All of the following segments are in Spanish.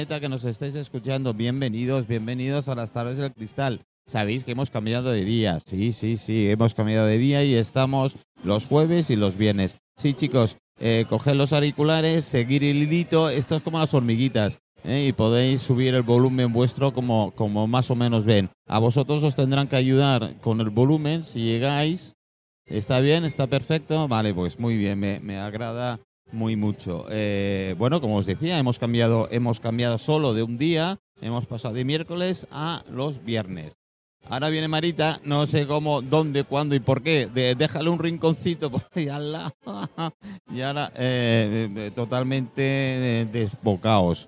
Que nos estáis escuchando, bienvenidos a las tardes del cristal. Sabéis que hemos cambiado de día, sí, hemos cambiado de día y estamos los jueves y los viernes. Sí, chicos, coged los auriculares, seguir el hilito, esto es como las hormiguitas, y podéis subir el volumen vuestro como más o menos ven. A vosotros os tendrán que ayudar con el volumen si llegáis. ¿Está bien? ¿Está perfecto? Vale, pues muy bien, me agrada muy mucho. Bueno, como os decía, hemos cambiado solo de un día, hemos pasado de miércoles a los viernes. Ahora viene Marita, no sé cómo, dónde, cuándo y por qué. Déjale un rinconcito por ahí al lado. Y ahora totalmente desbocaos.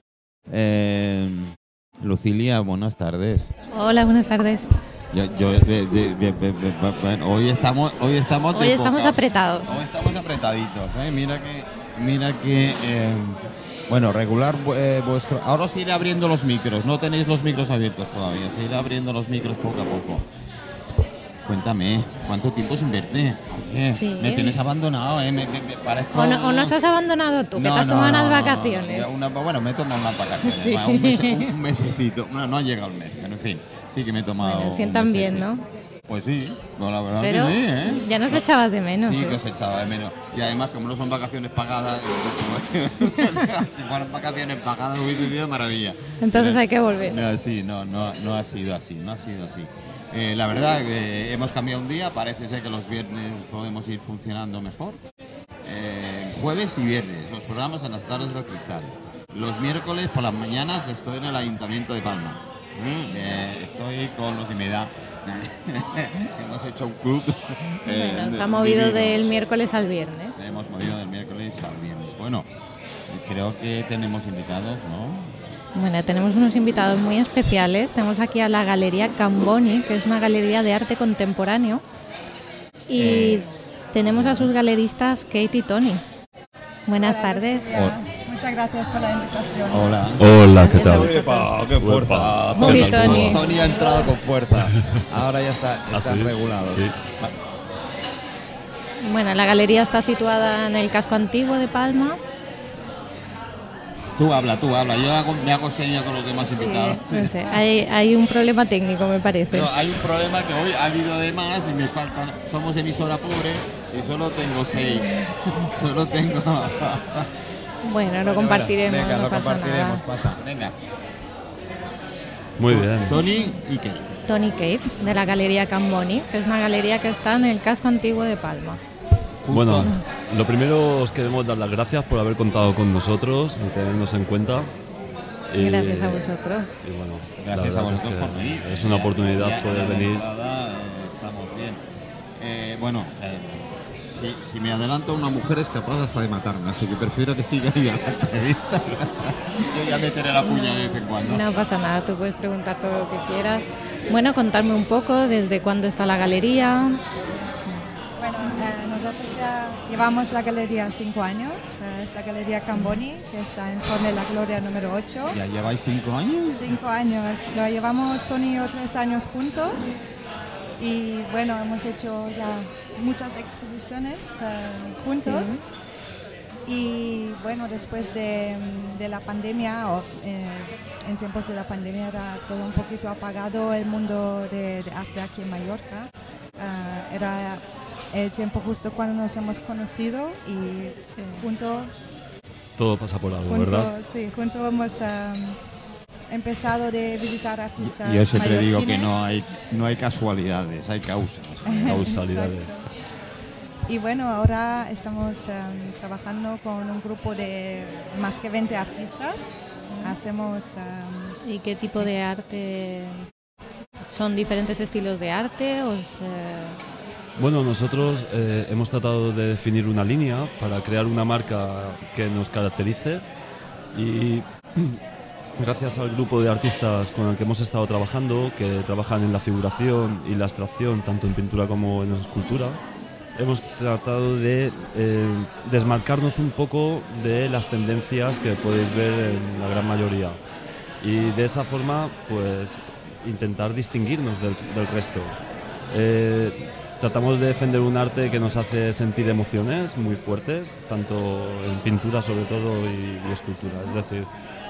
Lucilia, buenas tardes. Hola, buenas tardes. Bueno, hoy estamos apretados. Hoy estamos apretaditos. Mira que bueno, regular vuestro. Ahora os iré abriendo los micros. No tenéis los micros abiertos todavía. Se irá abriendo los micros poco a poco. Cuéntame, ¿cuánto tiempo sin verte? Oye, sí. Me tienes abandonado, me parezco... ¿O nos has abandonado tú? Que te has tomado unas vacaciones. Bueno, me he tomado unas vacaciones. Sí. Un mesecito. No ha llegado el mes, pero en fin. Sí que me he tomado. Bueno, sientan bien, ¿no? Pues sí, no, la verdad pero que sí, ¿eh? Ya nos echabas de menos. Sí, que os echaba de menos. Y además, como no son vacaciones pagadas, si fueran vacaciones pagadas hubiese sido maravilla. Entonces hay que volver. No ha sido así. La verdad, hemos cambiado un día, parece ser que los viernes podemos ir funcionando mejor. Jueves y viernes, los programas en las tardes del cristal. Los miércoles por las mañanas estoy en el Ayuntamiento de Palma. Estoy con los de mi edad. Hemos hecho un club. Nos ha movido del miércoles al viernes. Hemos movido del miércoles al viernes. Bueno, creo que tenemos invitados, ¿no? Bueno, tenemos unos invitados muy especiales. Tenemos aquí a la Galería Camboni, que es una galería de arte contemporáneo. Y tenemos a sus galeristas Kate y Tony. Buenas tardes. Muchas gracias por la invitación. Hola, ¿qué tal? ¡Qué fuerza! Tony ha entrado con fuerza. Ahora ya está regulado. Sí. Bueno, la galería está situada en el casco antiguo de Palma. Tú habla. Yo me hago señas con los demás invitados. Sí, no sé. Hay un problema técnico, me parece. No, hay un problema que hoy ha habido de más y me faltan. Somos emisora pobre y solo tengo 6. Bueno, lo compartiremos. Venga, no lo pasa compartiremos. nada. Pasa. Venga. Muy bien. Tony y Kate. Tony Kate, de la Galería Camboni, que es una galería que está en el casco antiguo de Palma. Bueno, lo primero os queremos dar las gracias por haber contado con nosotros y tenernos en cuenta. Gracias a vosotros. Y bueno, gracias a vosotros por venir. Es una oportunidad poder venir. Estamos bien. Si me adelanto, una mujer es capaz hasta de matarme, así que prefiero que siga ahí a la entrevista. Yo ya meteré la puña de vez en cuando. No pasa nada, tú puedes preguntar todo lo que quieras. Bueno, contarme un poco desde cuándo está la galería. Bueno, nosotros ya llevamos la galería 5 años. Es la Galería Camboni, que está en Forne la Gloria número 8. ¿Ya lleváis 5 años? 5 años. Lo llevamos Tony y yo 3 años juntos. Y bueno, hemos hecho ya muchas exposiciones juntos. Sí. Y bueno, después de la pandemia, en tiempos de la pandemia era todo un poquito apagado el mundo de arte aquí en Mallorca. Era el tiempo justo cuando nos hemos conocido y juntos... Todo pasa por algo, ¿verdad? Sí, juntos hemos... empezado de visitar artistas. Yo siempre digo que no hay casualidades, hay causas. Causalidades. Y bueno, ahora estamos trabajando con un grupo de más que 20 artistas. Hacemos... ¿Y qué tipo de arte? ¿Son diferentes estilos de arte? Bueno, nosotros hemos tratado de definir una línea para crear una marca que nos caracterice y... Gracias al grupo de artistas con el que hemos estado trabajando, que trabajan en la figuración y la abstracción, tanto en pintura como en escultura, hemos tratado de desmarcarnos un poco de las tendencias que podéis ver en la gran mayoría. Y de esa forma, pues, intentar distinguirnos del resto. Tratamos de defender un arte que nos hace sentir emociones muy fuertes, tanto en pintura sobre todo y escultura. Es decir,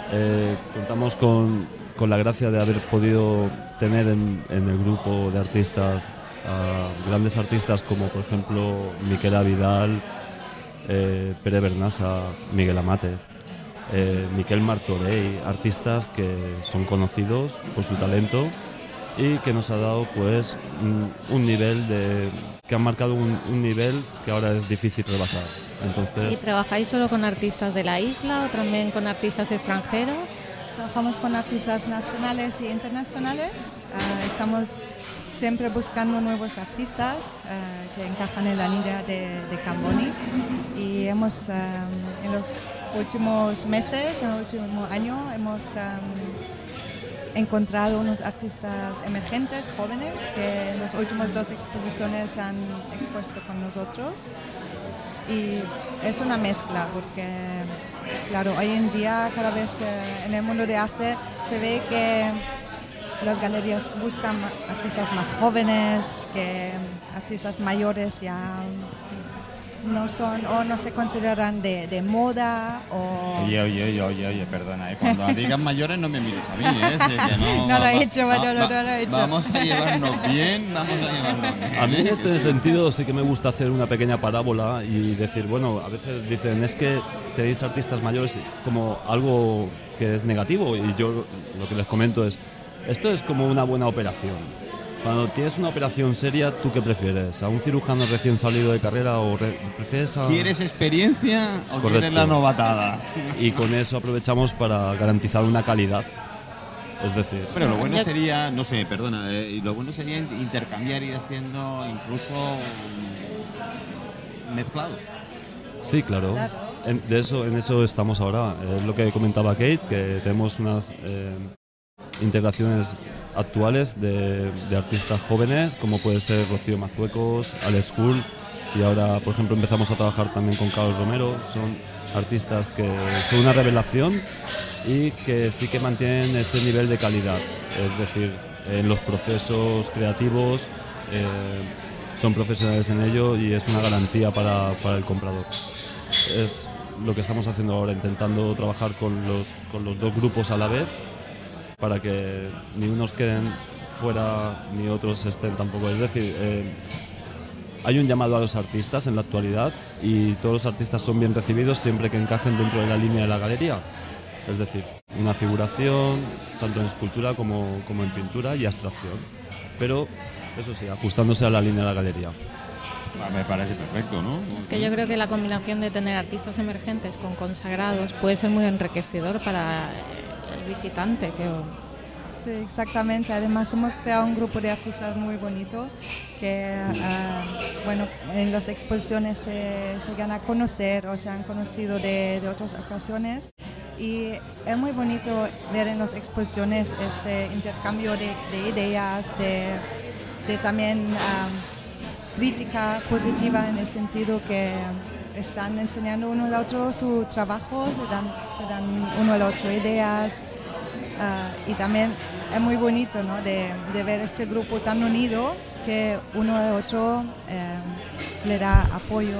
Contamos con la gracia de haber podido tener en el grupo de artistas a grandes artistas como por ejemplo Miquel Vidal, Pere Bernasa, Miguel Amate, Miquel Martorell, artistas que son conocidos por su talento y que nos ha dado pues un nivel que han marcado un nivel que ahora es difícil rebasar. Entonces, ¿Y trabajáis solo con artistas de la isla o también con artistas extranjeros? Trabajamos con artistas nacionales e internacionales. Estamos siempre buscando nuevos artistas que encajan en la línea de Camboni. Y hemos, en los últimos meses, en el último año, hemos encontrado unos artistas emergentes, jóvenes, que en las últimas 2 exposiciones han expuesto con nosotros. Y es una mezcla porque, claro, hoy en día cada vez en el mundo de arte se ve que las galerías buscan artistas más jóvenes, que artistas mayores ya no son o no se consideran de moda o... Oye, perdona, cuando digas mayores no me mires a mí, que no lo he hecho, Manolo, no lo he hecho. Vamos a llevarnos bien. A mí en este sentido sí que me gusta hacer una pequeña parábola y decir, bueno, a veces dicen, es que tenéis artistas mayores como algo que es negativo y yo lo que les comento es, esto es como una buena operación. Cuando tienes una operación seria, ¿tú qué prefieres? ¿A un cirujano recién salido de carrera o prefieres a...? ¿Quieres experiencia o Correcto. quieres la novatada? Y con eso aprovechamos para garantizar una calidad. Es decir... Pero lo bueno sería, no sé, perdona, lo bueno sería intercambiar y ir haciendo incluso mezclados. Sí, claro. En eso estamos ahora. Es lo que comentaba Kate, que tenemos unas integraciones actuales de artistas jóvenes, como puede ser Rocío Mazuecos, Alex Cool, y ahora, por ejemplo, empezamos a trabajar también con Carlos Romero. Son artistas que son una revelación y que sí que mantienen ese nivel de calidad. Es decir, en los procesos creativos son profesionales en ello y es una garantía para el comprador. Es lo que estamos haciendo ahora, intentando trabajar con los 2 grupos a la vez, para que ni unos queden fuera ni otros estén tampoco. Es decir, hay un llamado a los artistas en la actualidad y todos los artistas son bien recibidos siempre que encajen dentro de la línea de la galería. Es decir, una figuración, tanto en escultura como en pintura y abstracción. Pero, eso sí, ajustándose a la línea de la galería. Me parece perfecto, ¿no? Es que yo creo que la combinación de tener artistas emergentes con consagrados puede ser muy enriquecedor para el visitante. Sí, exactamente. Además hemos creado un grupo de artistas muy bonito que, bueno, en las exposiciones se dan a conocer o se han conocido de otras ocasiones. Y es muy bonito ver en las exposiciones este intercambio de ideas, de también crítica positiva, en el sentido que están enseñando uno al otro su trabajo, se dan uno al otro ideas. Y también es muy bonito, ¿no?, de ver este grupo tan unido, que uno al otro le da apoyo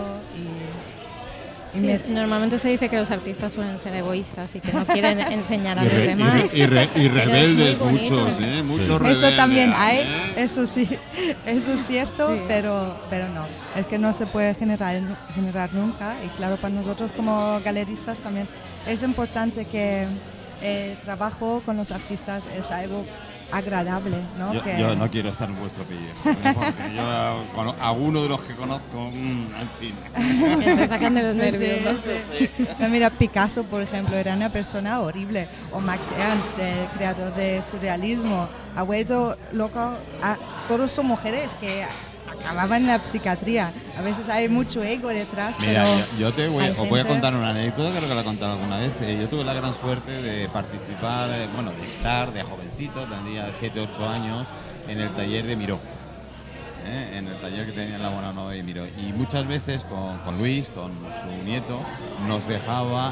Sí, normalmente se dice que los artistas suelen ser egoístas y que no quieren enseñar a los demás. Y rebeldes, es muy bonito. muchos rebeldes. Eso también hay, eso sí, eso es cierto, sí. pero no, es que no se puede generar nunca. Y claro, para nosotros como galeristas también es importante que el trabajo con los artistas es algo agradable, ¿no? Yo no quiero estar en vuestro pellejo, porque yo con alguno de los que conozco, en fin. Que se sacan de los nervios. Sí. No, mira, Picasso, por ejemplo, era una persona horrible, o Max Ernst, el creador del surrealismo, ha vuelto loco a todos son mujeres que acababan en la psiquiatría. A veces hay mucho ego detrás. Mira, pero os voy a contar una anécdota, creo que la he contado alguna vez. Yo tuve la gran suerte de participar, de estar de jovencito, tendría 7, 8 años, en el taller de Miró. En el taller que tenía en la Bonanova de Miró. Y muchas veces con Luis, con su nieto, nos dejaba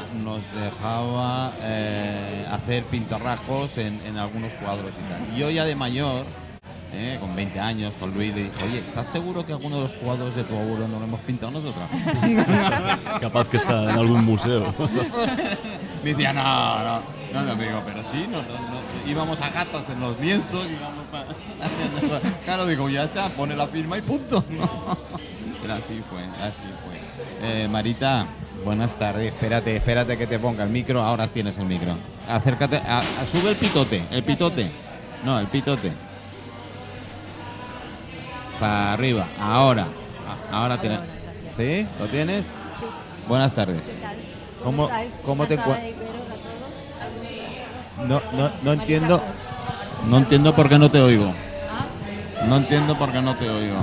hacer pintarrajos en algunos cuadros y tal. Y yo ya de mayor, con 20 años, con Luis, le dije, oye, ¿estás seguro que alguno de los cuadros de tu abuelo no lo hemos pintado nosotros? Capaz que está en algún museo. Me decía, no. No, me digo, pero sí, no, íbamos a gatas en los lienzos, claro, digo, ya está, pone la firma y punto, ¿no? Pero así fue. Marita, buenas tardes, espérate que te ponga el micro, ahora tienes el micro. Acércate, sube el pitote. No, el pitote. Para arriba, ahora tienes. ¿Sí? ¿Lo tienes? Sí. Buenas tardes. ¿Qué tal? ¿Cómo te encuentras? No entiendo por qué no te oigo. No entiendo por qué no te oigo.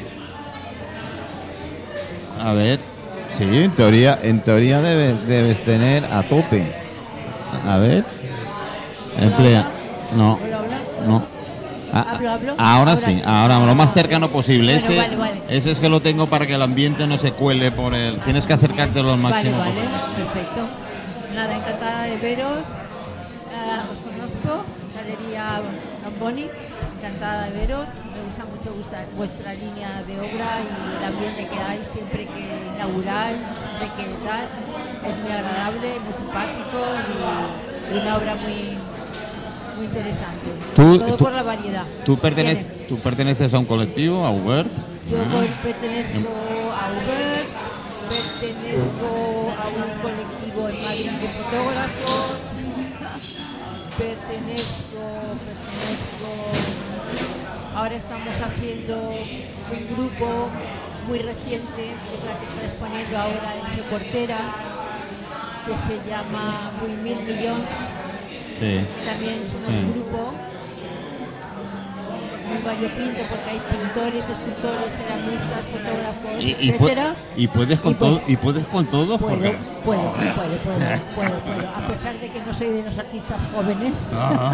A ver, sí, en teoría debes tener a tope. A ver. Emplea. No. ¿Hablo? Ahora sí, ahora lo más cercano posible. Bueno, vale. Ese es que lo tengo para que el ambiente no se cuele por el. Tienes que acercarte lo máximo Vale, posible. perfecto. Nada, encantada de veros. Os conozco, Galería Camboni, encantada de veros. Me gusta mucho vuestra línea de obra y el ambiente que hay siempre que inauguráis, siempre que tal. Es muy agradable, muy simpático y una obra muy interesante. Todo por la variedad. ¿Tú perteneces a un colectivo, a Hubert? Yo pertenezco a Hubert, pertenezco a un colectivo en Madrid de fotógrafos, pertenezco. Ahora estamos haciendo un grupo muy reciente, que es la que está exponiendo ahora en Seportera, que se llama Muy Mil Millones. Sí. También somos un grupo muy variopinto porque hay pintores, escultores, ceramistas, fotógrafos, etcétera. ¿Y puedes con todos? Puedo. A pesar de que no soy de los artistas jóvenes,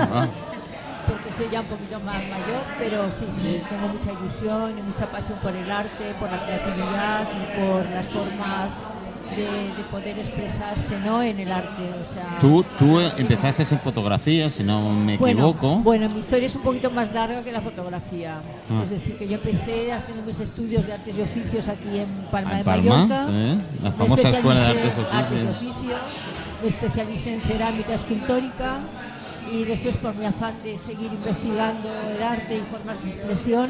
porque soy ya un poquito más mayor, pero sí, tengo mucha ilusión y mucha pasión por el arte, por la creatividad y por las formas de poder expresarse, ¿no?, en el arte. O sea, tú empezaste en fotografía, si no me equivoco. Bueno, mi historia es un poquito más larga que la fotografía. Es decir, que yo empecé haciendo mis estudios de artes y oficios aquí en Palma de Mallorca. La famosa escuela de artes y oficios. Me especialicé en cerámica escultórica y después, por mi afán de seguir investigando el arte y formas de expresión,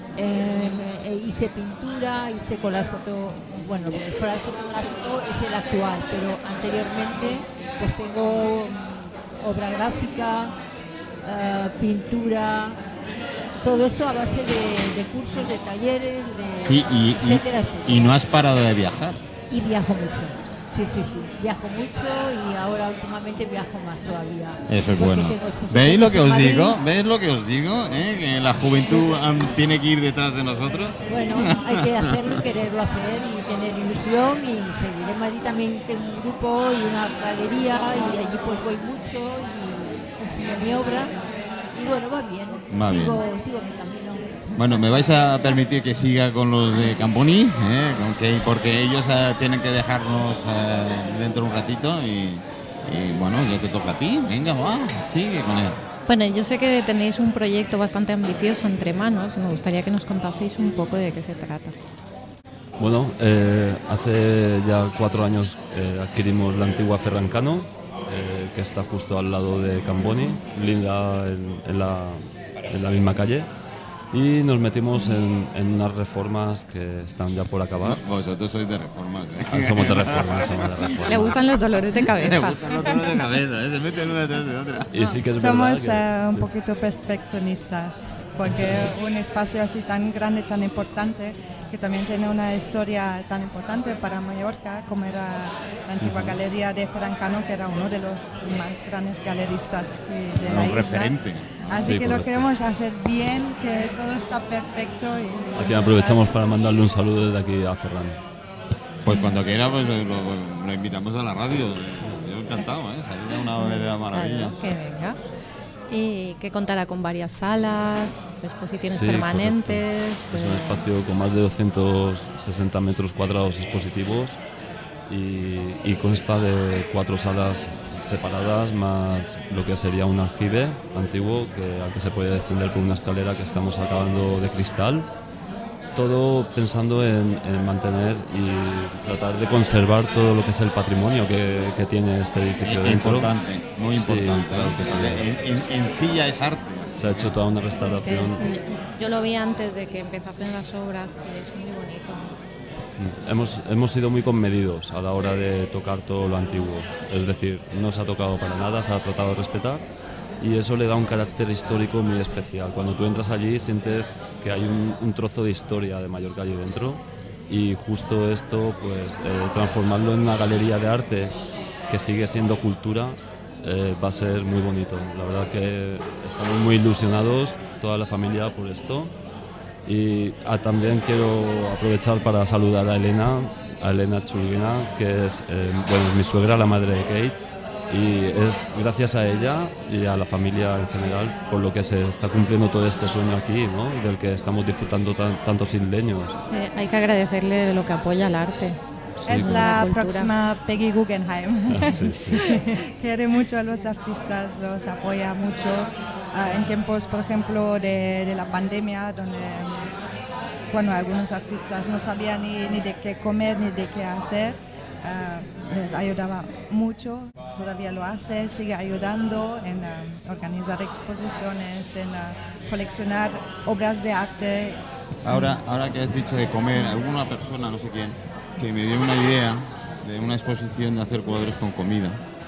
hice pintura, hice colar foto. Bueno, el colar fotográfico es el actual, pero anteriormente pues tengo obra gráfica, pintura, todo esto a base de cursos, de talleres, etcétera. Y no has parado de viajar. Y viajo mucho. Sí, viajo mucho y ahora últimamente viajo más todavía. Eso es bueno. ¿Veis lo que os digo? Que la juventud tiene que ir detrás de nosotros. Bueno, hay que hacerlo, quererlo hacer y tener ilusión y seguir. En Madrid también tengo un grupo y una galería y allí pues voy mucho y enseño mi obra y bueno, va bien. Sigo mi camino. Bueno, me vais a permitir que siga con los de Camboni, porque ellos tienen que dejarnos dentro de un ratito y bueno, ya te toca a ti. Venga, va, sigue con él. Bueno, yo sé que tenéis un proyecto bastante ambicioso entre manos. Me gustaría que nos contaseis un poco de qué se trata. Bueno, hace ya 4 años adquirimos la antigua Ferrancano, que está justo al lado de Camboni, linda en la misma calle. Y nos metimos en unas reformas que están ya por acabar. Vosotros sois de reformas, Somos de reformas. Le gustan los dolores de cabeza. Le gustan los dolores de cabeza, se meten una detrás de otra. Y sí que es Somos verdad un poquito perfeccionistas, porque un espacio así tan grande, tan importante, que también tiene una historia tan importante para Mallorca, como era la antigua galería de Ferrancano, que era uno de los más grandes galeristas de la isla. Un referente. Así que lo queremos hacer bien, que todo está perfecto. Aquí aprovechamos para mandarle un saludo desde aquí a Ferran. Pues cuando quiera, pues lo invitamos a la radio. Yo encantado, salir a una verdadera maravilla. Claro, que venga. Y que contará con varias salas, exposiciones Sí, permanentes. correcto. Es un espacio con más de 260 metros cuadrados expositivos y consta de 4 salas separadas más lo que sería un aljibe antiguo al que se puede descender por una escalera que estamos acabando de cristal todo pensando en mantener y tratar de conservar todo lo que es el patrimonio que tiene este edificio dentro. Importante, muy Sí, importante. claro que sí. En sí ya es arte. Se ha hecho toda una Es que restauración. yo lo vi antes de que empezasen las obras y es muy bonito. Hemos sido muy comedidos a la hora de tocar todo lo antiguo. Es decir, no se ha tocado para nada, se ha tratado de respetar y eso le da un carácter histórico muy especial. Cuando tú entras allí sientes que hay un trozo de historia de Mallorca allí dentro y justo esto, pues transformarlo en una galería de arte que sigue siendo cultura va a ser muy bonito. La verdad que estamos muy ilusionados, toda la familia, por esto. Y también quiero aprovechar para saludar a Elena Chulguina, que es mi suegra, la madre de Kate, y es gracias a ella y a la familia en general por lo que se está cumpliendo todo este sueño aquí, ¿no? Del que estamos disfrutando tantos isleños. Hay que agradecerle de lo que apoya el arte. Sí, Es bueno. la cultura. próxima Peggy Guggenheim. Sí, sí. Quiere mucho a los artistas, los apoya mucho. En tiempos, por ejemplo, de la pandemia, donde bueno, algunos artistas no sabían ni de qué comer ni de qué hacer, les ayudaba mucho, todavía lo hace, sigue ayudando en organizar exposiciones, en coleccionar obras de arte. Ahora que has dicho de comer, alguna persona, no sé quién, que me dio una idea de una exposición de hacer cuadros con comida.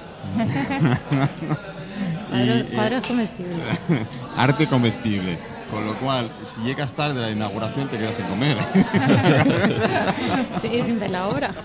Cuadros comestibles. Arte comestible. Con lo cual, si llegas tarde a la inauguración, te quedas sin comer. Sí, sin ver la obra.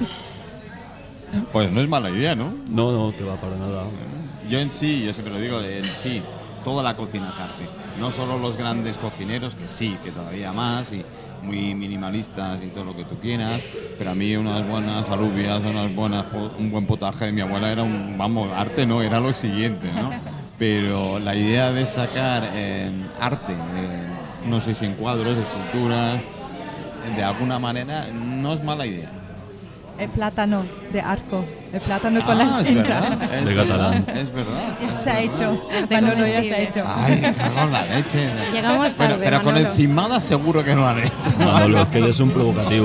Pues no es mala idea, ¿no? No, que va para nada. Yo siempre lo digo, en sí, toda la cocina es arte. No solo los grandes cocineros, que sí, que todavía más, y muy minimalistas y todo lo que tú quieras, pero a mí unas buenas alubias, un buen potaje de mi abuela era arte no, era lo siguiente, ¿no? Pero la idea de sacar arte, no sé si en cuadros, esculturas, de alguna manera, no es mala idea. El plátano de arco, el plátano con la es cinta. verdad, es De verdad, catalán. es verdad. Ya se ha hecho, Arte Manolo ya se ha comestible. hecho. Ay, cago en la leche. Llegamos tarde, Bueno, pero con el Manolo. Simada seguro que no lo han hecho. Manolo, que eres un provocativo,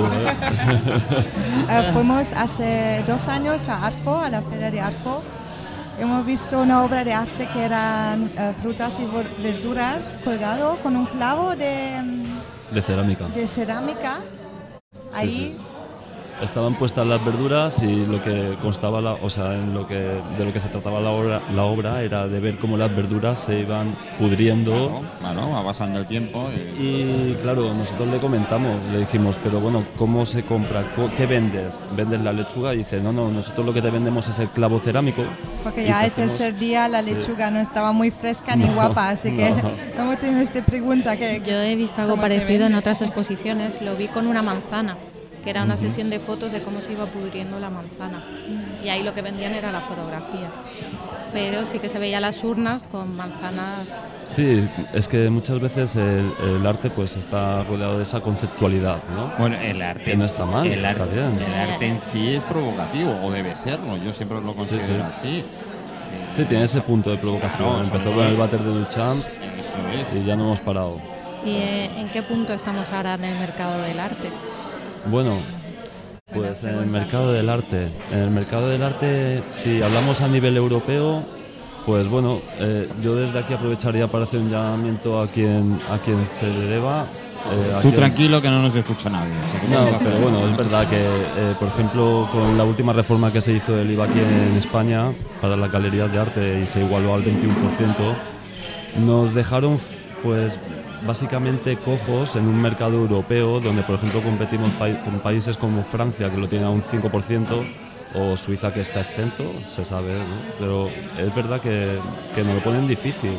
¿eh? Fuimos hace 2 años a Arco, a la Feria de Arco. Hemos visto una obra de arte que eran frutas y verduras colgado con un clavo De cerámica. de cerámica. Ahí sí. Estaban puestas las verduras y lo que constaba, de lo que se trataba la obra era de ver cómo las verduras se iban pudriendo. Bueno, va pasando el tiempo. Y claro, nosotros le comentamos, le dijimos, pero bueno, ¿cómo se compra? ¿Qué vendes? ¿Vendes la lechuga? Y dice, no, nosotros lo que te vendemos es el clavo cerámico. porque Y ya el te hacemos- tercer día la Sí. lechuga no estaba muy fresca ni guapa, así que no. hemos tenido esta pregunta que Yo he visto algo ¿cómo se parecido en vende? otras exposiciones, lo vi con una manzana, que era una sesión de fotos de cómo se iba pudriendo la manzana. Y ahí lo que vendían era la fotografía. Pero sí que se veía las urnas con manzanas. Sí, es que muchas veces el arte pues está rodeado de esa conceptualidad, ¿no? Bueno, el arte. Que no está mal, el está arte, bien. El arte en sí es provocativo, o debe serlo. Yo siempre lo considero así. Sí, tiene ese punto de provocación. Claro, Empezó sobre con el todo- váter de Duchamp Eso es. y ya no hemos parado. ¿Y en qué punto estamos ahora en el mercado del arte? Bueno, pues en el mercado del arte. En el mercado del arte, si hablamos a nivel europeo, pues bueno, yo desde aquí aprovecharía para hacer un llamamiento a quien se le deba. a Tú quien- tranquilo que no nos escucha nadie. así que No, vamos a hacer- pero bueno, es verdad que, por ejemplo, con la última reforma que se hizo del IVA aquí en España para las galerías de arte y se igualó al 21%, nos dejaron, pues, básicamente cojos en un mercado europeo donde, por ejemplo, competimos con países como Francia, que lo tiene a un 5%, o Suiza, que está exento, se sabe, ¿no? Pero es verdad que nos lo ponen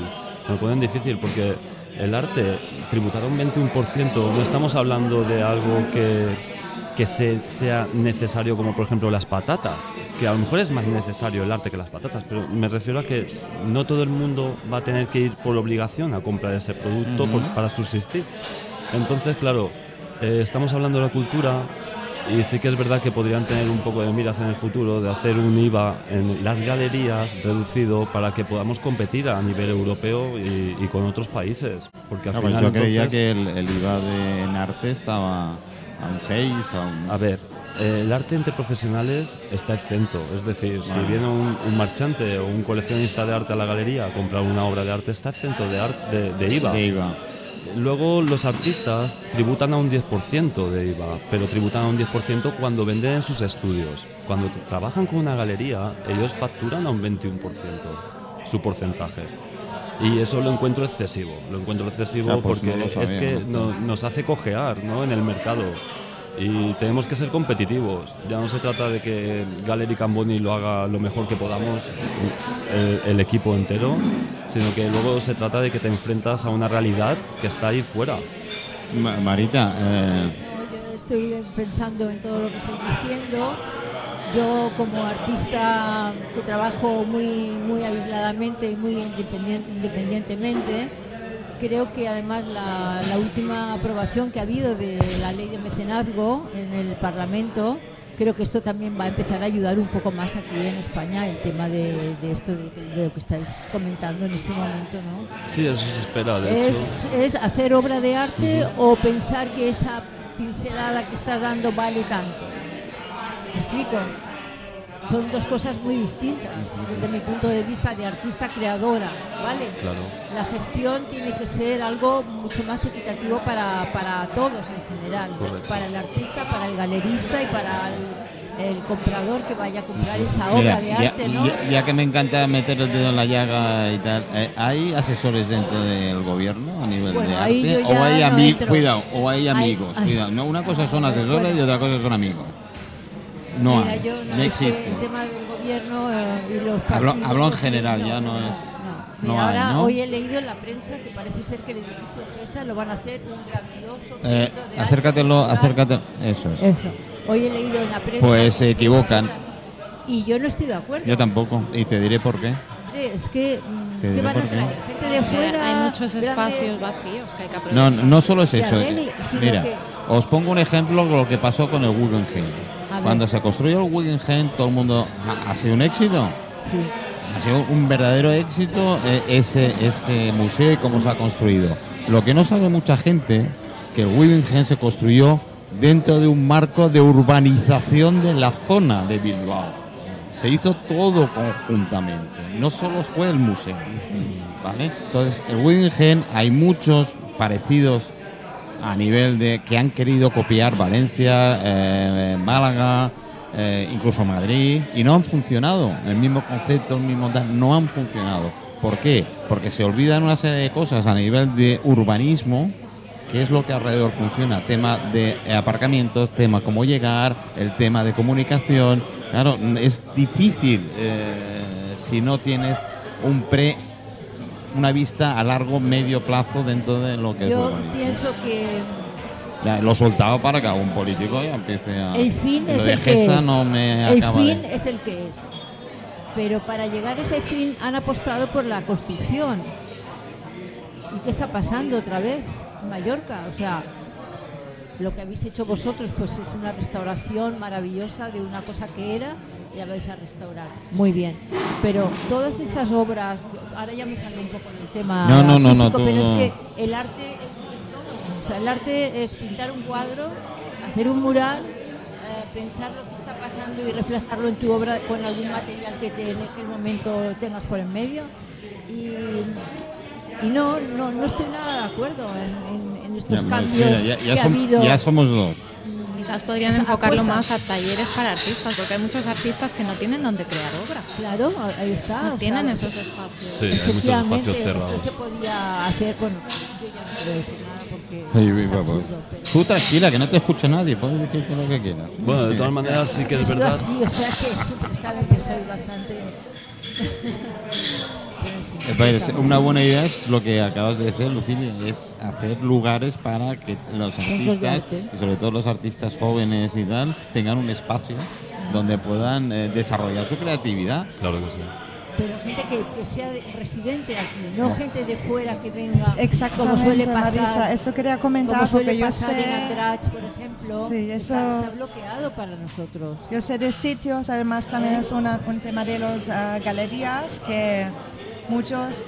difícil, porque el arte tributar un 21%, no estamos hablando de algo que sea necesario, como por ejemplo las patatas, que a lo mejor es más necesario el arte que las patatas, pero me refiero a que no todo el mundo va a tener que ir por obligación a comprar ese producto para subsistir. Entonces, claro, estamos hablando de la cultura Y sí que es verdad que podrían tener un poco de miras en el futuro de hacer un IVA en las galerías reducido para que podamos competir a nivel europeo y con otros países. Porque al Pues final yo creía entonces- que el IVA en arte estaba a un 6, a un... A ver, el arte entre profesionales está exento. Es decir, si viene un marchante o un coleccionista de arte a la galería a comprar una obra de arte, está exento de IVA. de IVA. Luego los artistas tributan a un 10% de IVA, pero tributan a un 10% cuando venden en sus estudios. Cuando trabajan con una galería, ellos facturan a un 21% su porcentaje. Y eso lo encuentro excesivo. Lo encuentro excesivo Ya, pues porque no lo sabía, es que nos hace cojear, ¿no?, en el mercado. Y tenemos que ser competitivos. Ya no se trata de que Gallery Camboni lo haga lo mejor que podamos, el equipo entero, sino que luego se trata de que te enfrentas a una realidad que está ahí fuera. Marita, Yo estoy pensando en todo lo que estáis diciendo. Yo como artista que trabajo muy aisladamente y muy independientemente, creo que además la última aprobación que ha habido de la ley de mecenazgo en el Parlamento, creo que esto también va a empezar a ayudar un poco más aquí en España, el tema de esto, de lo que estáis comentando en este momento, ¿no? Sí, eso se espera, de hecho. Es hacer obra de arte o pensar que esa pincelada que estás dando vale tanto. ¿Me explico? Son dos cosas muy distintas desde mi punto de vista de artista creadora, ¿vale? Claro. La gestión tiene que ser algo mucho más equitativo para todos en general, Correcto. para el artista, para el galerista y para el comprador que vaya a comprar esa mira, obra de arte, ¿no? ya que me encanta meter el dedo en la llaga y tal, ¿hay asesores dentro del gobierno a nivel Bueno, de ahí arte? yo ya ¿O hay no amigos? entro. Cuidado, o hay amigos. Ay. Cuidado. No, una cosa son asesores Bueno. y otra cosa son amigos. No Mira, hay, yo no es que existe. el tema del gobierno y los Hablo partidos, en general, ya no es... Mira, no hay, ahora ¿no? hoy he leído en la prensa que parece ser que el edificio GESA lo van a hacer un grandioso centro de arte cultural. acércate, eso es. Eso. Hoy he leído en la prensa. Pues se que equivocan. GESA- Y yo no estoy de acuerdo. Yo tampoco, y te diré por qué. Hombre, es que Te ¿qué diré van a por qué. traer? Gente de fuera. Hay muchos grandes- espacios vacíos que hay que No, aprovechar. no solo es eso. arregle, sino Mira, que- os pongo un ejemplo de lo que pasó con el Guggenheim. A ver. Cuando se construyó el Guggenheim, todo el mundo ha sido un éxito. Sí. Ha sido un verdadero éxito ese museo y cómo se ha construido. Lo que no sabe mucha gente, que el Guggenheim se construyó dentro de un marco de urbanización de la zona de Bilbao. Se hizo todo conjuntamente, no solo fue el museo, ¿vale? Entonces, el Guggenheim hay muchos parecidos a nivel de que han querido copiar Valencia, Málaga, incluso Madrid, y no han funcionado. El mismo concepto, el mismo no han funcionado. ¿Por qué? Porque se olvidan una serie de cosas a nivel de urbanismo, que es lo que alrededor funciona. Tema de aparcamientos, tema cómo llegar, el tema de comunicación. Claro, es difícil si no tienes una vista a largo, medio plazo dentro de lo que es Yo urbanismo. pienso que Ya, lo soltaba para que algún político ya empiece a... el fin Lo es de el que Gesa es. no me El acaba fin de... es el que es. Pero para llegar a ese fin han apostado por la construcción. ¿Y qué está pasando otra vez en Mallorca? O sea, lo que habéis hecho vosotros pues es una restauración maravillosa de una cosa que era y la vais a restaurar. Muy bien. Pero todas estas obras, ahora ya me salgo un poco del tema No, artístico, tú- pero es que el arte es todo. O sea, el arte es pintar un cuadro, hacer un mural, pensar lo que está pasando y reflejarlo en tu obra con algún material que en aquel momento tengas por en medio. Y no estoy nada de acuerdo en estos Ya, cambios mira, que ha habido. ya somos dos. Quizás podrían O sea, enfocarlo apuesta. más a talleres para artistas, porque hay muchos artistas que no tienen donde crear obra. Claro, ahí está. No o tienen sea, esos espacios. Sí, hay muchos efectivamente, espacios cerrados. esto se podía hacer, bueno, yo ya no quiero decir nada porque Ay, es pues, absurdo, pero Tú tranquila, que no te escucha nadie, puedes decir todo lo que quieras. Bueno, de Sí. todas maneras sí que he es sido verdad. así, o sea que siempre saben que soy bastante... Pues, una buena idea es lo que acabas de decir, Lucilia, es hacer lugares para que los Centros de artistas, arte. y sobre todo los artistas jóvenes y tal, tengan un espacio donde puedan desarrollar su creatividad. Claro que sí. pero gente que sea residente aquí, no gente de fuera que venga, Exactamente, como suele pasar. Marisa, eso quería comentar Como suele porque yo pasar sé, en Andratx, por ejemplo, Sí, eso- está bloqueado para nosotros. yo sé de sitios, además también es un tema de las galerías que muchos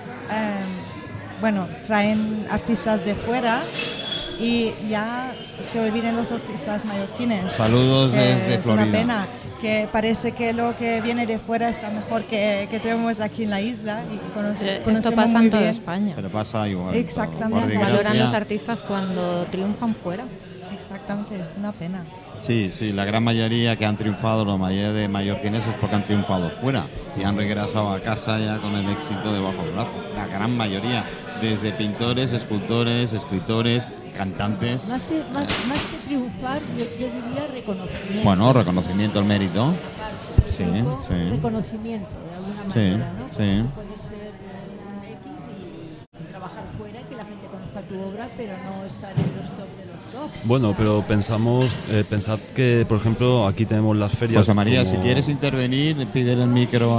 traen artistas de fuera y ya se olviden los artistas mallorquines. Saludos Que desde es Florida. una pena, que parece que lo que viene de fuera está mejor que tenemos aquí en la isla y Pero esto conocemos pasa muy en toda bien. España. Pero pasa igual. Exactamente. Por Valoran desgracia. los artistas cuando triunfan fuera. Exactamente, es una pena. Sí, la gran mayoría que han triunfado, la mayoría de mallorquines es porque han triunfado fuera y han regresado a casa ya con el éxito debajo del brazo. La gran mayoría, desde pintores, escultores, escritores, cantantes. Más que triunfar, yo diría reconocimiento. Bueno, reconocimiento al mérito. Sí, Triunfo, sí. reconocimiento de alguna Sí, manera, ¿no? sí. Puede ser X y trabajar fuera, que la gente conozca tu obra, pero no estar en los top de los top. Bueno, pero pensad que, por ejemplo, aquí tenemos las ferias. José María, como- si quieres intervenir, pídele el micro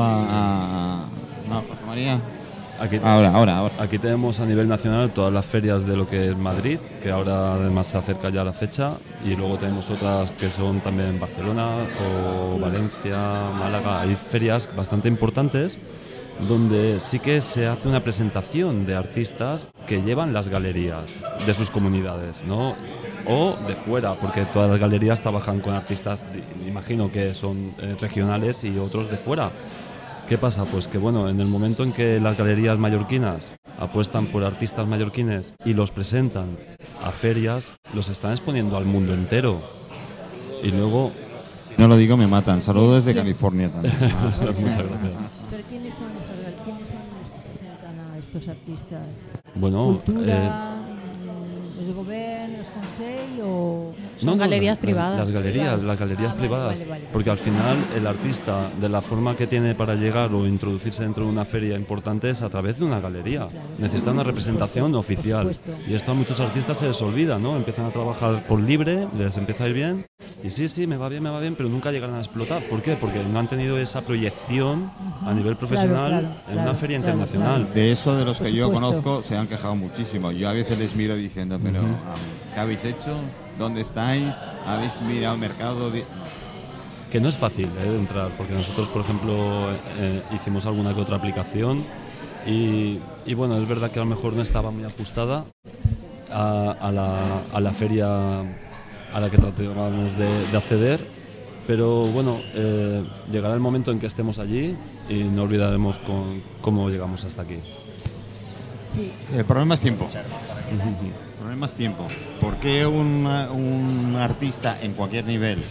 No, José María. Aquí, Ahora. Aquí tenemos a nivel nacional todas las ferias de lo que es Madrid, que ahora además se acerca ya la fecha, y luego tenemos otras que son también en Barcelona o Valencia, Málaga. Hay ferias bastante importantes donde sí que se hace una presentación de artistas que llevan las galerías de sus comunidades, ¿no? O de fuera, porque todas las galerías trabajan con artistas, imagino que son regionales y otros de fuera. ¿Qué pasa? Pues que bueno, en el momento en que las galerías mallorquinas apuestan por artistas mallorquines y los presentan a ferias, los están exponiendo al mundo entero. Y luego... No lo digo, me matan. Saludos desde California también. Muchas gracias. Pero ¿quiénes son los que presentan a estos artistas? Bueno, ¿Cultura, los gobiernos, los consejos o...? Son galerías privadas. Las galerías Vale, privadas. vale. Porque al final el artista, de la forma que tiene para llegar o introducirse dentro de una feria importante es a través de una galería. Necesita una representación oficial. supuesto. Y esto a muchos artistas se les olvida, ¿no? Empiezan a trabajar por libre, les empieza a ir bien. Y sí, me va bien, pero nunca llegan a explotar. ¿Por qué? Porque no han tenido esa proyección a nivel profesional en una feria internacional. De eso, de los Por que yo supuesto. conozco, se han quejado muchísimo. Yo a veces les miro diciendo, pero ¿qué habéis hecho? ¿Dónde estáis? ¿Habéis mirado el mercado? Que no es fácil entrar, porque nosotros, por ejemplo, hicimos alguna que otra aplicación y bueno, es verdad que a lo mejor no estaba muy ajustada a la feria a la que tratábamos de acceder, pero bueno, llegará el momento en que estemos allí y no olvidaremos cómo llegamos hasta aquí. Sí, El problema es tiempo. El problema es tiempo. ¿Por qué un artista en cualquier nivel,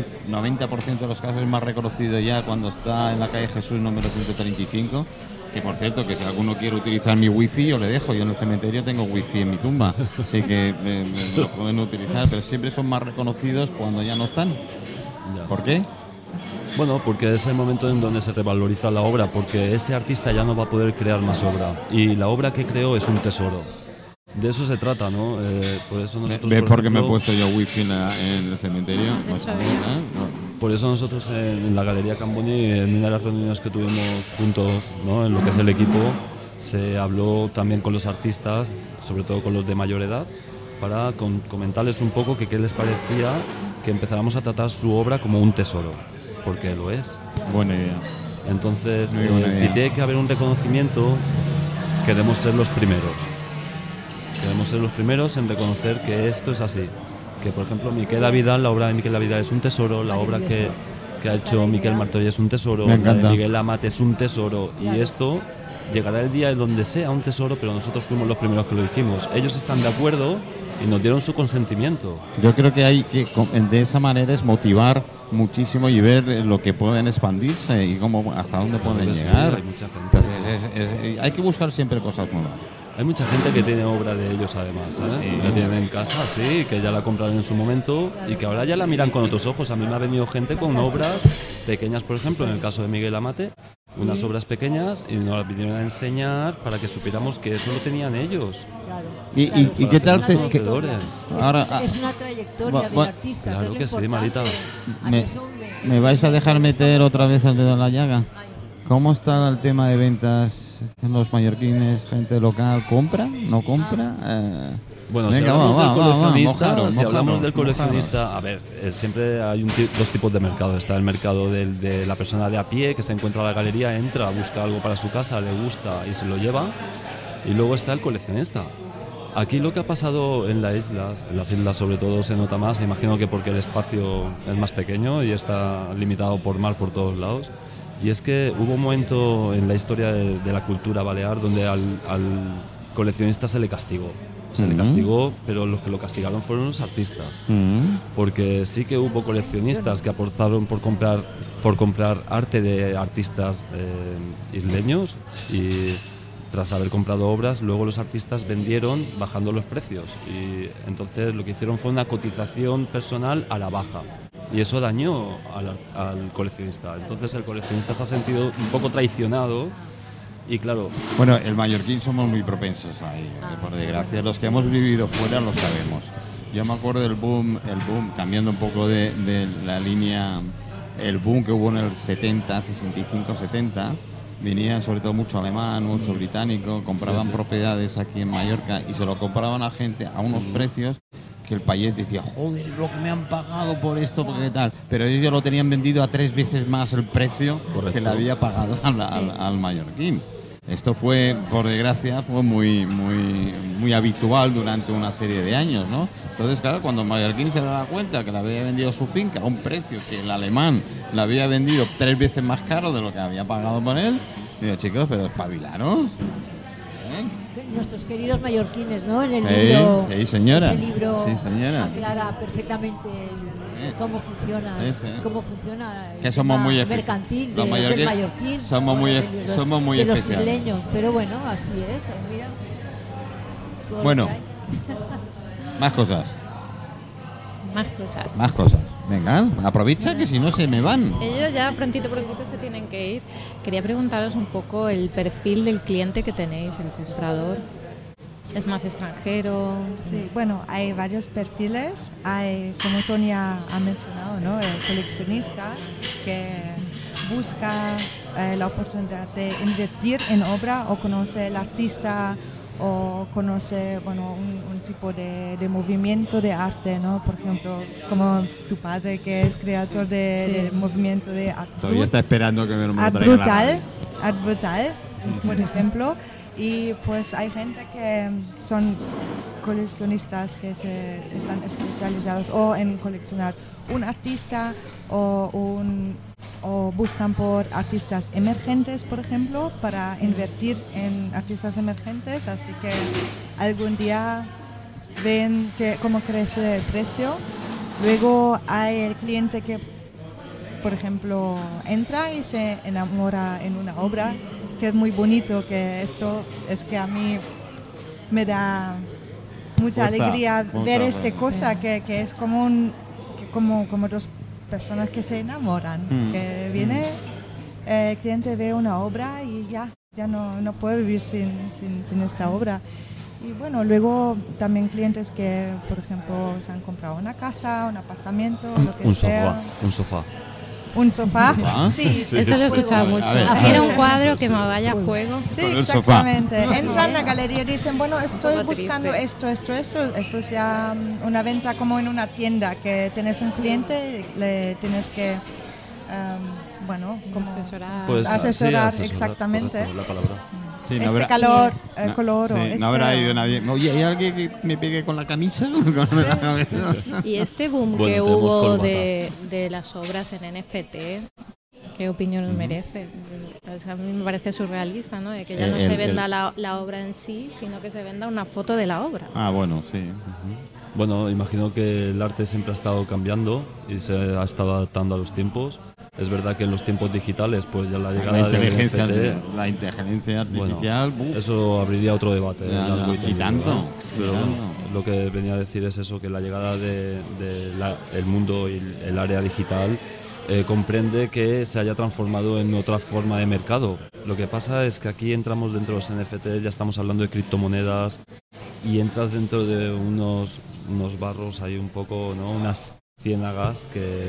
90% de los casos es más reconocido ya cuando está en la calle Jesús número 135? Que por cierto, que si alguno quiere utilizar mi wifi, yo le dejo. Yo en el cementerio tengo wifi en mi tumba, así que me lo pueden utilizar, pero siempre son más reconocidos cuando ya no están. Ya. ¿Por qué? Bueno, porque es el momento en donde se revaloriza la obra, porque ese artista ya no va a poder crear más obra y la obra que creó es un tesoro. De eso se trata, ¿no? Por eso nosotros, ¿Ves por qué me he ejemplo, puesto yo wifi en el cementerio? No sabía, ¿eh? No. por eso nosotros en la Galería Camboni, en una de las reuniones que tuvimos juntos, ¿no? En lo que es el equipo, se habló también con los artistas, sobre todo con los de mayor edad, para comentarles un poco que qué les parecía que empezáramos a tratar su obra como un tesoro, porque lo es. Buena idea. Entonces, Muy buena si idea. tiene que haber un reconocimiento, queremos ser los primeros. Queremos ser los primeros en reconocer que esto es así. Que, por ejemplo, Miquel Avidal, la obra de Miquel Avidal es un tesoro, la obra que ha hecho Miquel Martorell es un tesoro, Me la de encanta. Miguel Amate es un tesoro. Y esto llegará el día en donde sea un tesoro, pero nosotros fuimos los primeros que lo dijimos. Ellos están de acuerdo y nos dieron su consentimiento. Yo creo que hay que, de esa manera, es motivar muchísimo y ver lo que pueden expandirse y cómo, hasta dónde pueden que sí, llegar. hay mucha gente. Entonces, hay que buscar siempre cosas nuevas. Hay mucha gente que tiene obra de ellos además, ¿eh? La tienen en casa, sí, que ya la compraron en su momento y que ahora ya la miran con otros ojos. A mí me ha venido gente con obras pequeñas, por ejemplo, en el caso de Miguel Amate, unas obras pequeñas y nos las vinieron a enseñar para que supiéramos que eso lo tenían ellos. claro. ¿Y Claro, qué tal es se- una que- trayectoria. Ahora, Es una trayectoria del bueno, artista. claro es lo que sí, importante. Marita. A Me- mí eso ¿Me vais a dejar meter otra vez el dedo en la llaga? ¿Cómo está el tema de ventas en los mallorquines? ¿Gente local compra? ¿No compra? Bueno, Venga, si hablamos del coleccionista, mojaros. A ver, siempre hay dos tipos de mercado. Está el mercado de la persona de a pie que se encuentra en la galería, entra, busca algo para su casa, le gusta y se lo lleva. Y luego está el coleccionista. Aquí lo que ha pasado en las islas sobre todo se nota más, imagino que porque el espacio es más pequeño y está limitado por mar por todos lados. Y es que hubo un momento en la historia de la cultura balear donde al coleccionista se le castigó. Le castigó, pero los que lo castigaron fueron los artistas. Porque sí que hubo coleccionistas que aportaron por comprar arte de artistas isleños y tras haber comprado obras, luego los artistas vendieron bajando los precios. Y entonces lo que hicieron fue una cotización personal a la baja. Y eso dañó al coleccionista. Entonces el coleccionista se ha sentido un poco traicionado. Y claro. Bueno, el mallorquín somos muy propensos ahí, por desgracia. Los que hemos vivido fuera lo sabemos. Yo me acuerdo del boom, cambiando un poco de la línea, el boom que hubo en el 70, 65, 70. Venían sobre todo mucho alemán, mucho británico, compraban propiedades aquí en Mallorca y se lo compraban a gente a unos precios que el país decía, joder, lo que me han pagado por esto, porque tal. Pero ellos ya lo tenían vendido a 3 veces más el precio que le había pagado al mallorquín. Esto fue, por desgracia, fue muy habitual durante una serie de años, ¿no? Entonces, claro, cuando el mallorquín se daba cuenta que le había vendido su finca a un precio que el alemán le había vendido 3 veces más caro de lo que había pagado por él, digo, chicos, pero espabilaros. Nuestros queridos mallorquines, ¿no? En el libro, sí, señora. Ese libro Sí, señora. aclara perfectamente cómo funciona, que somos muy mercantil los del mallorquín, somos muy de los especiales. isleños, pero bueno, así es, mira. Bueno, más cosas. Más cosas. Venga, aprovecha que si no se me van. Ellos ya prontito se tienen que ir. Quería preguntaros un poco el perfil del cliente que tenéis, el comprador. ¿Es más extranjero? Sí, bueno, hay varios perfiles. Hay, como Tony ha mencionado, ¿no? El coleccionista que busca la oportunidad de invertir en obra o conoce el artista o conoce, bueno, un tipo de movimiento de arte, ¿no? Por ejemplo, como tu padre que es creador de movimiento de arte. Todavía está esperando que me lo Art traiga brutal, art brutal, por ejemplo. Y pues hay gente que son coleccionistas que están especializados o en coleccionar un artista o buscan por artistas emergentes, por ejemplo, para invertir en artistas emergentes. Así que algún día ven cómo crece el precio. Luego hay el cliente que, por ejemplo, entra y se enamora en una obra que es muy bonito, que esto es que a mí me da mucha alegría ver esta cosa que es como dos personas que se enamoran, que viene el cliente ve una obra y ya no puede vivir sin esta obra. Y bueno, luego también clientes que, por ejemplo, se han comprado una casa, un apartamento, lo que sea. Un sofá. ¿Un sofá? Sí, eso lo he escuchado mucho. Quiero un cuadro que me vaya a juego. Sí, exactamente. Entran a la galería y dicen, bueno, estoy buscando esto. Eso es ya una venta como en una tienda, que tienes un cliente, le tienes que, como asesorar exactamente. Correcto, la palabra. Sí, color. Sí, no habrá ido nadie. Oye, ¿hay alguien que me pegue con la camisa? Y este boom que hubo de las obras en NFT, ¿qué opinión merece? O sea, a mí me parece surrealista, ¿no? De que ya no se venda la obra en sí, sino que se venda una foto de la obra. Ah, bueno, sí. Bueno, imagino que el arte siempre ha estado cambiando y se ha estado adaptando a los tiempos. Es verdad que en los tiempos digitales, pues ya la llegada de la inteligencia artificial, bueno, eso abriría otro debate. Y tanto. Pero lo que venía a decir es eso, que la llegada del mundo y el área digital comprende que se haya transformado en otra forma de mercado. Lo que pasa es que aquí entramos dentro de los NFTs, ya estamos hablando de criptomonedas y entras dentro de unos barros ahí un poco, ¿no? Unas ciénagas que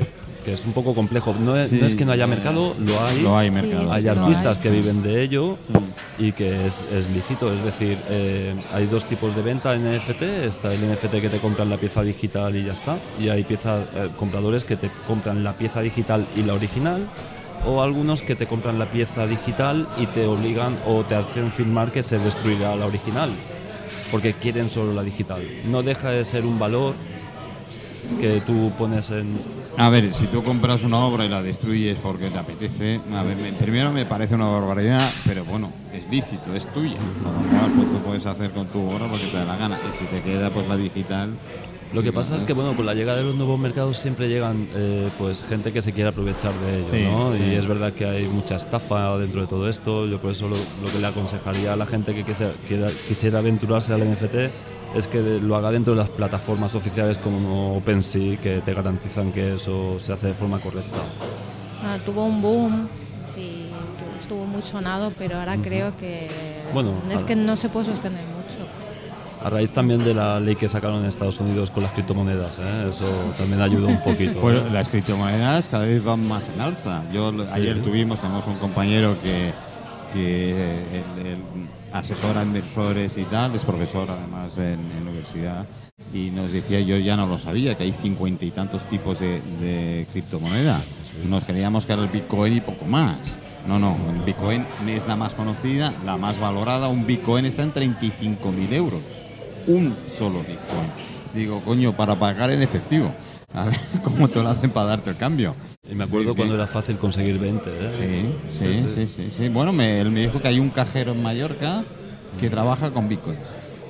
que es un poco complejo. No es que no haya mercado, Lo hay mercado. Hay Sí, artistas hay. que viven de ello y que es lícito. Es decir, hay dos tipos de venta en NFT. Está el NFT que te compran la pieza digital y ya está. Y hay compradores que te compran la pieza digital y la original. O algunos que te compran la pieza digital y te obligan o te hacen firmar que se destruirá la original. Porque quieren solo la digital. No deja de ser un valor que tú pones en... A ver, si tú compras una obra y la destruyes porque te apetece, a ver, primero me parece una barbaridad, pero bueno, es lícito, es tuya. Con lo cual, pues tú puedes hacer con tu obra lo que te da la gana. Y si te queda pues la digital... Lo que pasa es que, bueno, con la llegada de los nuevos mercados siempre llegan pues gente que se quiere aprovechar de ello, Sí, ¿no? sí. Y es verdad que hay mucha estafa dentro de todo esto. Yo por eso lo que le aconsejaría a la gente que quisiera aventurarse al NFT es que lo haga dentro de las plataformas oficiales como OpenSea, que te garantizan que eso se hace de forma correcta. Tuvo un boom, sí, estuvo muy sonado, pero ahora creo que Bueno, es que no se puede sostener mucho. A raíz también de la ley que sacaron en Estados Unidos con las criptomonedas, eso también ayudó un poquito. Pues las criptomonedas cada vez van más en alza. Ayer tenemos un compañero que él asesora a inversores y tal, es profesor además en la universidad, y nos decía, yo ya no lo sabía, que hay 50 y tantos tipos de criptomoneda. Nos creíamos que era el Bitcoin y poco más. No, el Bitcoin es la más conocida, la más valorada. Un Bitcoin está en 35.000 euros. Un solo Bitcoin. Digo, coño, para pagar en efectivo. A ver cómo te lo hacen para darte el cambio. Y me acuerdo cuando era fácil conseguir 20. Sí. Bueno, él me dijo que hay un cajero en Mallorca que trabaja con Bitcoins.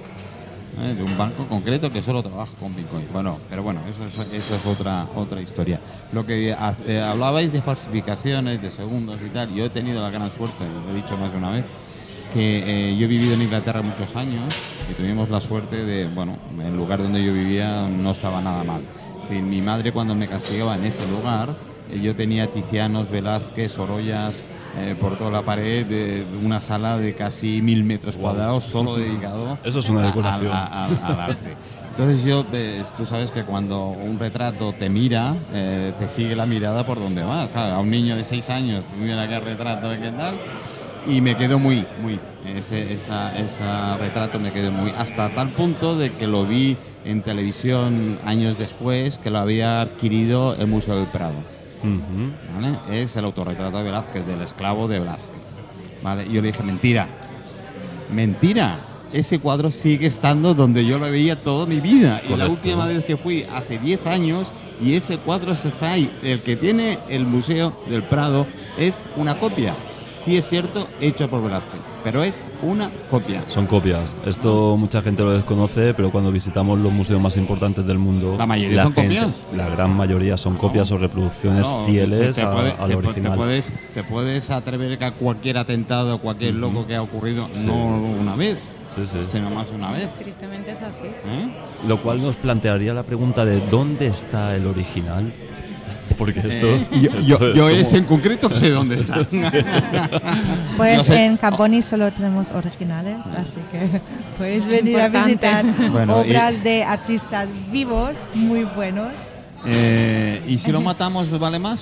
De un banco concreto que solo trabaja con Bitcoin. Pero bueno, eso es otra historia. Lo que hablabais de falsificaciones, de segundos y tal, yo he tenido la gran suerte, lo he dicho más de una vez, que yo he vivido en Inglaterra muchos años y tuvimos la suerte de, el lugar donde yo vivía no estaba nada mal. En fin, mi madre cuando me castigaba en ese lugar, yo tenía Tizianos, Velázquez, Sorollas, por toda la pared de una sala de casi 1000 metros cuadrados solo dedicado Eso es una decoración. al arte. Entonces tú sabes que cuando un retrato te mira, te sigue la mirada por donde vas. Claro, a un niño de 6 años, tú mira qué retrato, qué tal, y me quedó ese retrato me quedó muy, hasta tal punto de que lo vi en televisión años después, que lo había adquirido el Museo del Prado. ¿Vale? Es el autorretrato de Velázquez, del esclavo de Velázquez. ¿Vale? Y yo le dije, mentira, ese cuadro sigue estando donde yo lo veía toda mi vida. Correcto. Y la última vez que fui, hace 10 años, y ese cuadro está ahí. El que tiene el Museo del Prado es una copia. Sí es cierto, hecho por Velázquez, pero es una copia. Son copias. Esto mucha gente lo desconoce, pero cuando visitamos los museos más importantes del mundo, ¿la mayoría son copias? La gran mayoría son copias o reproducciones fieles al original. Te puedes atrever a cualquier atentado, cualquier loco que ha ocurrido, no una vez, sino más una vez. Tristemente es así. Lo cual nos plantearía la pregunta de ¿dónde está el original? Porque yo en concreto sé dónde está. Pues en Camboni solo tenemos originales, así que puedes venir a visitar obras de artistas vivos muy buenos. ¿Y si lo matamos vale más?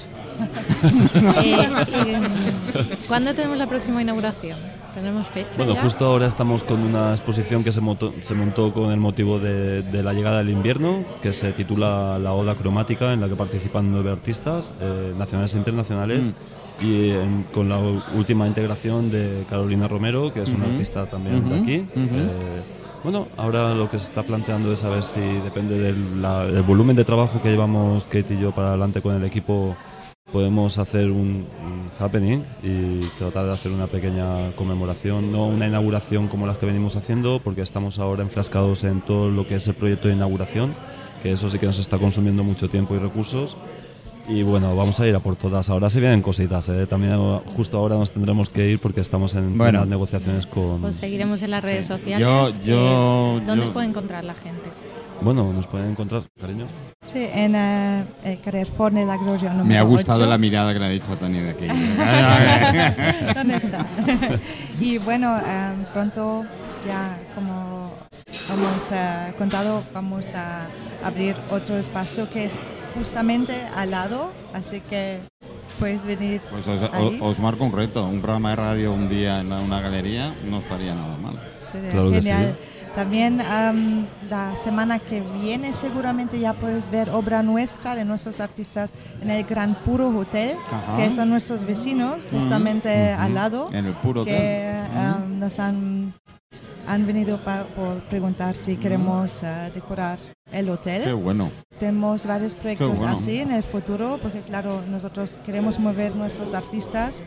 ¿Cuándo tenemos la próxima inauguración? ¿Tenemos fecha? Bueno, ya? justo ahora estamos con una exposición que se montó con el motivo de la llegada del invierno, que se titula La Oda Cromática, en la que participan 9 artistas nacionales e internacionales, y con la última integración de Carolina Romero, que es una artista también de aquí. Bueno, ahora lo que se está planteando es saber si depende del volumen de trabajo que llevamos Kate y yo para adelante con el equipo, podemos hacer un happening y tratar de hacer una pequeña conmemoración, no una inauguración como las que venimos haciendo, porque estamos ahora enfrascados en todo lo que es el proyecto de inauguración, que eso sí que nos está consumiendo mucho tiempo y recursos. Y bueno, vamos a ir a por todas. Ahora se vienen cositas, también justo ahora nos tendremos que ir porque estamos en buenas negociaciones con... Pues seguiremos en las redes sociales. ¿Dónde os puede encontrar la gente? Bueno, nos pueden encontrar, cariño. Sí, en Carrer Forne La Gloria número 8. Me ha gustado la mirada que le ha dicho a Tania de aquí. ¿Dónde está? Y bueno, pronto, ya como hemos contado, vamos a abrir otro espacio que justamente al lado, así que puedes venir. Pues ahí. os marco un reto, un programa de radio un día en una galería no estaría nada mal. Sería Claro que genial. sí. También la semana que viene seguramente ya puedes ver obra nuestra de nuestros artistas en el Gran Puro Hotel, Ajá. que son nuestros vecinos, justamente al lado, En el Puro que Hotel. nos han venido por preguntar si queremos decorar el hotel. Qué bueno. Tenemos varios proyectos bueno. así en el futuro, porque claro, nosotros queremos mover nuestros artistas.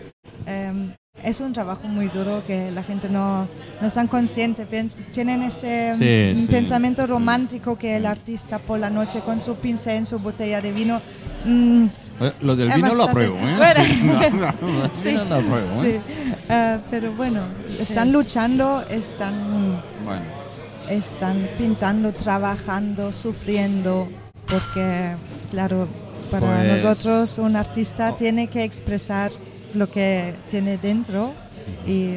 Es un trabajo muy duro que la gente no es tan consciente. Tienen este Sí. pensamiento romántico que el artista por la noche con su pincel en su botella de vino. Lo del Es vino lo bastante- apruebo, ¿eh? Bueno. Sí, no lo apruebo, ¿eh? Sí, pero bueno, están luchando, Bueno, están pintando, trabajando, sufriendo, porque claro, para Pues- nosotros un artista tiene que expresar lo que tiene dentro y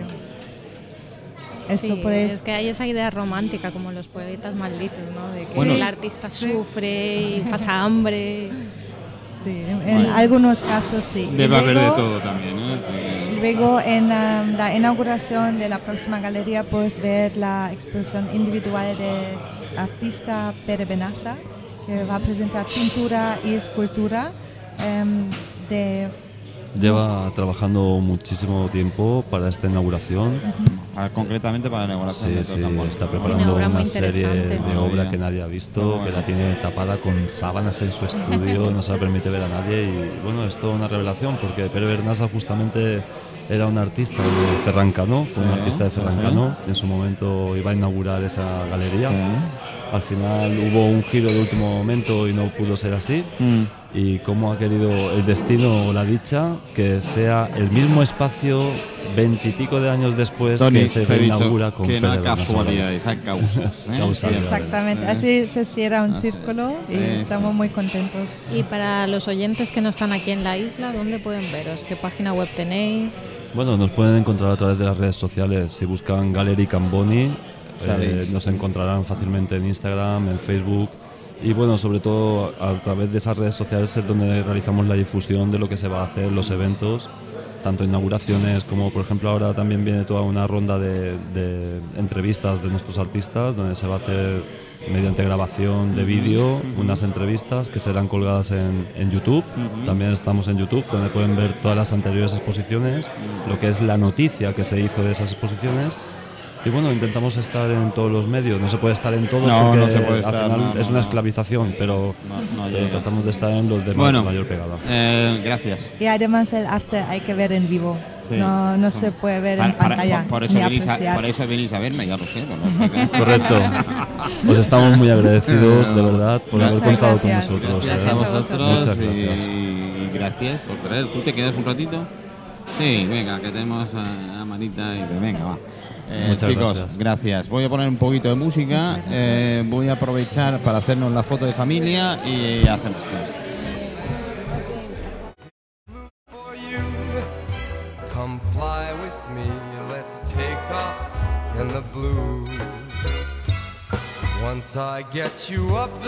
eso Sí, pues es que hay esa idea romántica como los poetas malditos, ¿no? De que Bueno. el artista sufre y pasa hambre. sí, en algunos casos sí. Y debe haber de luego- todo también, ¿eh? Luego en la inauguración de la próxima galería puedes ver la exposición individual del artista Pere Benassa, que va a presentar pintura y escultura de... Lleva trabajando muchísimo tiempo para esta inauguración. Concretamente para la inauguración Sí, de sí, Tocambol. está Una preparando obra muy una serie interesante. de obra Maravilla. que nadie ha visto, que la tiene tapada con sábanas en su estudio, no se la permite ver a nadie y bueno, es toda una revelación porque Pere Benassa justamente era un artista de Ferran-Cano, fue un artista de Ferran-Cano, en su momento iba a inaugurar esa galería. Al final hubo un giro de último momento y no pudo ser así. Y cómo ha querido el destino o la dicha que sea el mismo espacio 20 y pico de años después Tony, que se te he reinaugura dicho con que no hay Pere Benassa. casualidades, hay causas. ¿eh? Causas. Exactamente, así se cierra un círculo y Sí. estamos muy contentos. Y para los oyentes que no están aquí en la isla, ¿dónde pueden veros? ¿Qué página web tenéis? Bueno, nos pueden encontrar a través de las redes sociales. Si buscan Gallery Camboni, Salís. nos encontrarán fácilmente en Instagram, en Facebook. Y bueno, sobre todo a través de esas redes sociales es donde realizamos la difusión de lo que se va a hacer, los eventos, tanto inauguraciones como por ejemplo ahora también viene toda una ronda de entrevistas de nuestros artistas, donde se va a hacer mediante grabación de vídeo unas entrevistas que serán colgadas en YouTube. También estamos en YouTube, donde pueden ver todas las anteriores exposiciones, lo que es la noticia que se hizo de esas exposiciones. Y bueno, intentamos estar en todos los medios, no se puede estar en todos No, porque no se puede al estar, final no, es no, una no. esclavización, pero No llega. tratamos de estar en los de Bueno, mayor pegada. Gracias. Y además el arte hay que ver en vivo, Sí. no se puede ver en pantalla por eso ni venís apreciar. por eso venís a verme, ya lo sé. No sé. Correcto. Os estamos muy agradecidos, de verdad, por haber Muchas contado gracias. con nosotros. Gracias a vosotros Muchas gracias. y gracias por traer. ¿Tú te quedas un ratito? Sí, venga, que tenemos a Manita y venga, va. Muchas Chicos, gracias. Voy a poner un poquito de música, voy a aprovechar para hacernos la foto de familia y hacemos cosas. For you, come fly with me, let's take off in the blue. Once I get you up